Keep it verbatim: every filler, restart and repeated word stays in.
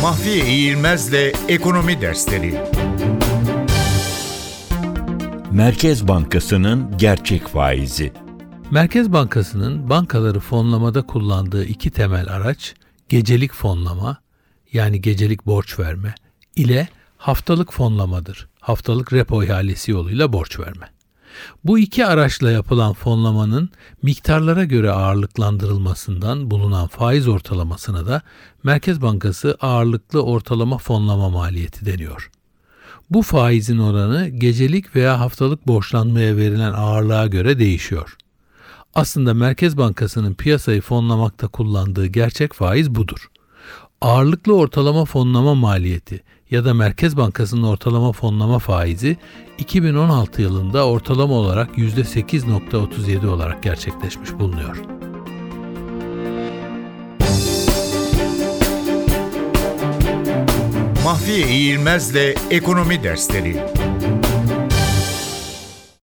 Mahfiye İğilmez'le Ekonomi Dersleri. Merkez Bankası'nın gerçek faizi. Merkez Bankası'nın bankaları fonlamada kullandığı iki temel araç, gecelik fonlama, yani gecelik borç verme ile haftalık fonlamadır. Haftalık repo ihalesi yoluyla borç verme. Bu iki araçla yapılan fonlamanın miktarlara göre ağırlıklandırılmasından bulunan faiz ortalamasına da Merkez Bankası ağırlıklı ortalama fonlama maliyeti deniyor. Bu faizin oranı gecelik veya haftalık borçlanmaya verilen ağırlığa göre değişiyor. Aslında Merkez Bankası'nın piyasayı fonlamakta kullandığı gerçek faiz budur. Ağırlıklı ortalama fonlama maliyeti ya da Merkez Bankası'nın ortalama fonlama faizi iki bin on altı yılında ortalama olarak yüzde sekiz virgül otuz yedi olarak gerçekleşmiş bulunuyor. Mahfiye İğilmez'le Ekonomi Dersleri.